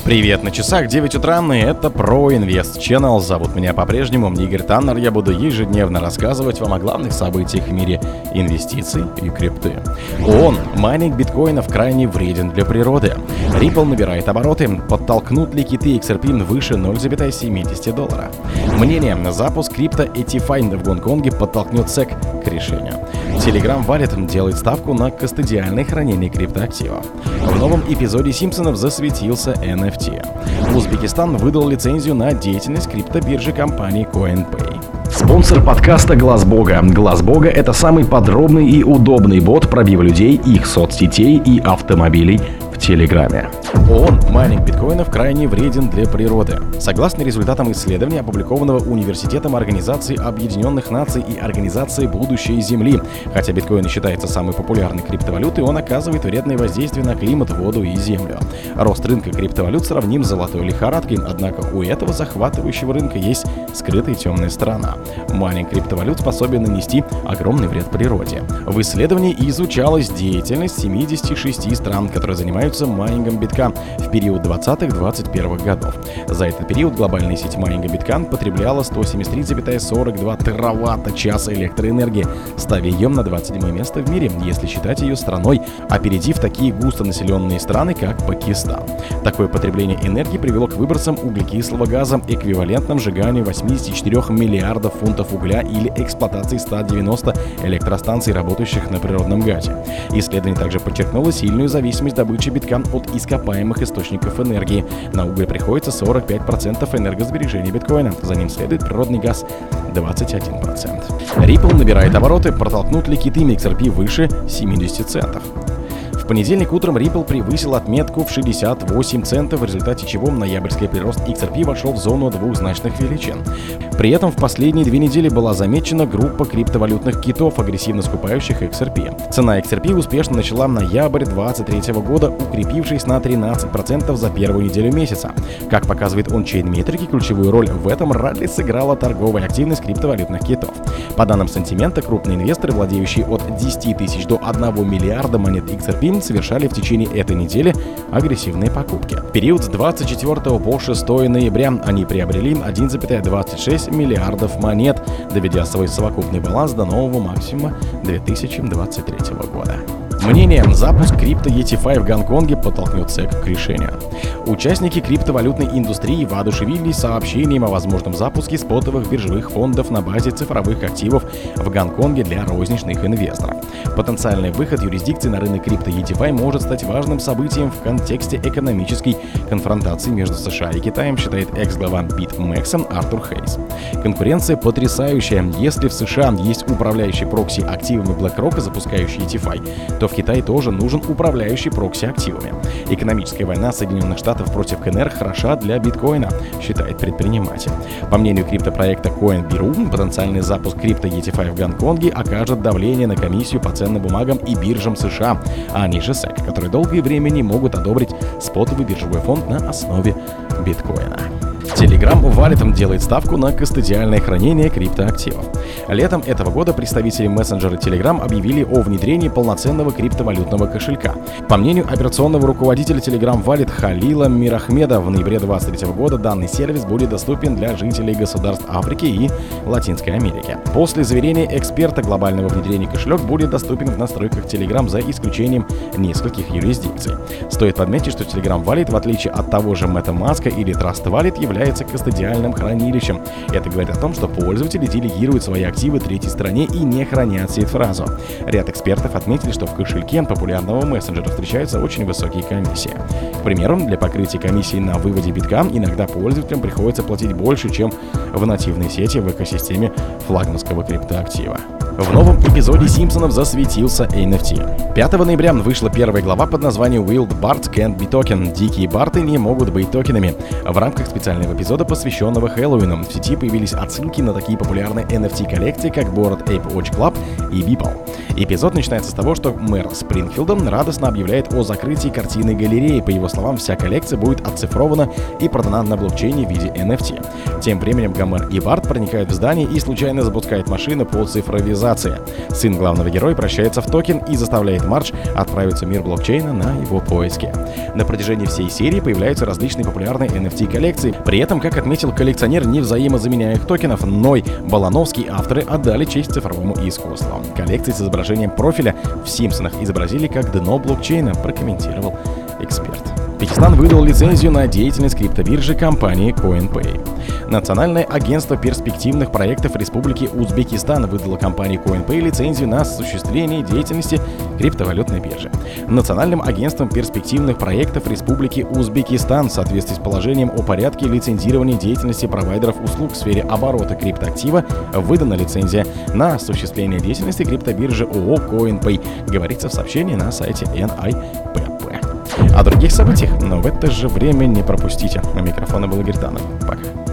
Привет, на часах 9 утра, и это ProInvest Channel. Зовут меня по-прежнему Игорь Таннер. Я буду ежедневно рассказывать вам о главных событиях в мире инвестиций и крипты. ООН. Майнинг биткоинов крайне вреден для природы. Ripple набирает обороты. Подтолкнут ли киты XRP выше $0,70? Мнение. Запуск крипто ETFi в Гонконге подтолкнет SEC к решению. Telegram Wallet делает ставку на кастодиальное хранение криптоактивов. В новом эпизоде Симпсонов засветился NFT. Узбекистан выдал лицензию на деятельность криптобиржи компании CoinPay. Спонсор подкаста Глаз Бога. Глаз Бога — это самый подробный и удобный бот пробива людей, их соцсетей и автомобилей в Телеграме. ООН. Майнинг биткоинов крайне вреден для природы. Согласно результатам исследования, опубликованного Университетом Организации Объединенных Наций и Организации Будущей Земли, хотя биткоин считается самой популярной криптовалютой, он оказывает вредное воздействие на климат, воду и землю. Рост рынка криптовалют сравним с золотой лихорадкой, однако у этого захватывающего рынка есть скрытая темная сторона. Майнинг криптовалют способен нанести огромный вред природе. В исследовании изучалась деятельность 76 стран, которые занимаются майнингом битка в период 20-21 годов. За этот период глобальная сеть майнинга битка потребляла 173,42 тераватта-часа электроэнергии, ставя ее на 27 место в мире, если считать ее страной, опередив такие густонаселенные страны, как Пакистан. Такое потребление энергии привело к выбросам углекислого газа, эквивалентным сжиганию 84 миллиардов фунтов угля или эксплуатации 190 электростанций, работающих на природном газе. Исследование также подчеркнуло сильную зависимость добычи битка от ископаемых источников энергии. На уголь приходится 45% энергосбережения биткоина, за ним следует природный газ 21%. Ripple набирает обороты, протолкнут ли киты XRP выше 70 центов. В понедельник утром Ripple превысил отметку в 68 центов, в результате чего ноябрьский прирост XRP вошел в зону двухзначных величин. При этом в последние 2 недели была замечена группа криптовалютных китов, агрессивно скупающих XRP. Цена XRP успешно начала ноябрь 2023 года, укрепившись на 13% за первую неделю месяца. Как показывает ончейн метрики, ключевую роль в этом ралли сыграла торговая активность криптовалютных китов. По данным сентимента, крупные инвесторы, владеющие от 10 тысяч до 1 миллиарда монет XRP, совершали в течение этой недели агрессивные покупки. В период с 24 по 6 ноября они приобрели 1,26 миллиардов монет, доведя свой совокупный баланс до нового максимума 2023 года. Мнение. Запуск крипто ETFi в Гонконге подтолкнет SEC к решению. Участники криптовалютной индустрии воодушевились сообщением о возможном запуске спотовых биржевых фондов на базе цифровых активов в Гонконге для розничных инвесторов. Потенциальный выход юрисдикции на рынок крипто ETFi может стать важным событием в контексте экономической конфронтации между США и Китаем, считает экс-глава BitMEX Артур Хейс. Конкуренция потрясающая. Если в США есть управляющий прокси активами BlackRock, запускающий ETFi, то в Китае тоже нужен управляющий прокси активами. Экономическая война Соединенных Штатов против КНР хороша для биткоина, считает предприниматель. По мнению криптопроекта CoinBird, потенциальный запуск крипто ETFi в Гонконге окажет давление на комиссию по ценным бумагам и биржам США, а не же SEC, которые долгое время не могут одобрить спотовый биржевой фонд на основе биткоина. Telegram Wallet делает ставку на кастодиальное хранение криптоактивов. Летом этого года представители мессенджера Telegram объявили о внедрении полноценного криптовалютного кошелька. По мнению операционного руководителя Telegram Wallet Халила Мирахмеда, в ноябре 2023 года данный сервис будет доступен для жителей государств Африки и Латинской Америки. После заверения эксперта, глобального внедрения кошелек будет доступен в настройках Telegram за исключением нескольких юрисдикций. Стоит подметить, что Telegram Wallet, в отличие от того же MetaMask или Trust Wallet, является кастодиальным хранилищем. Это говорит о том, что пользователи делегируют свои активы третьей стороне и не хранят сид-фразу. Ряд экспертов отметили, что в кошельке популярного мессенджера встречаются очень высокие комиссии. К примеру, для покрытия комиссии на выводе битка иногда пользователям приходится платить больше, чем в нативной сети в экосистеме флагманского криптоактива. В новом эпизоде Симпсонов засветился NFT. 5 ноября вышла первая глава под названием Wild Bards Can't Be Token. Дикие барты не могут быть токенами. В рамках специального эпизода, посвященного Хэллоуину, в сети появились отсылки на такие популярные NFT-коллекции, как Bored Ape Watch Club и Beeple. Эпизод начинается с того, что мэр Спрингфилда радостно объявляет о закрытии картинной галереи. По его словам, вся коллекция будет оцифрована и продана на блокчейне в виде NFT. Тем временем Гомер и Барт проникают в здание и случайно запускают машину по цифровизации. Сын главного героя прощается в токен и заставляет Мардж отправиться в мир блокчейна на его поиски. На протяжении всей серии появляются различные популярные NFT-коллекции. При этом, как отметил коллекционер невзаимозаменяемых токенов Ной Балановский, авторы отдали честь цифровому искусству. Коллекции с изображением профиля в Симпсонах изобразили как дно блокчейна, прокомментировал эксперт. Пакистан выдал лицензию на деятельность криптобиржи компании CoinPay. Национальное агентство перспективных проектов Республики Узбекистан выдало компании CoinPay лицензию на осуществление деятельности криптовалютной биржи. Национальным агентством перспективных проектов Республики Узбекистан в соответствии с положением о порядке лицензирования деятельности провайдеров услуг в сфере оборота криптоактива выдана лицензия на осуществление деятельности криптобиржи ООО CoinPay, говорится в сообщении на сайте NIPP. О других событиях, но в это же время не пропустите. У микрофона был Игорь Таннер. Пока.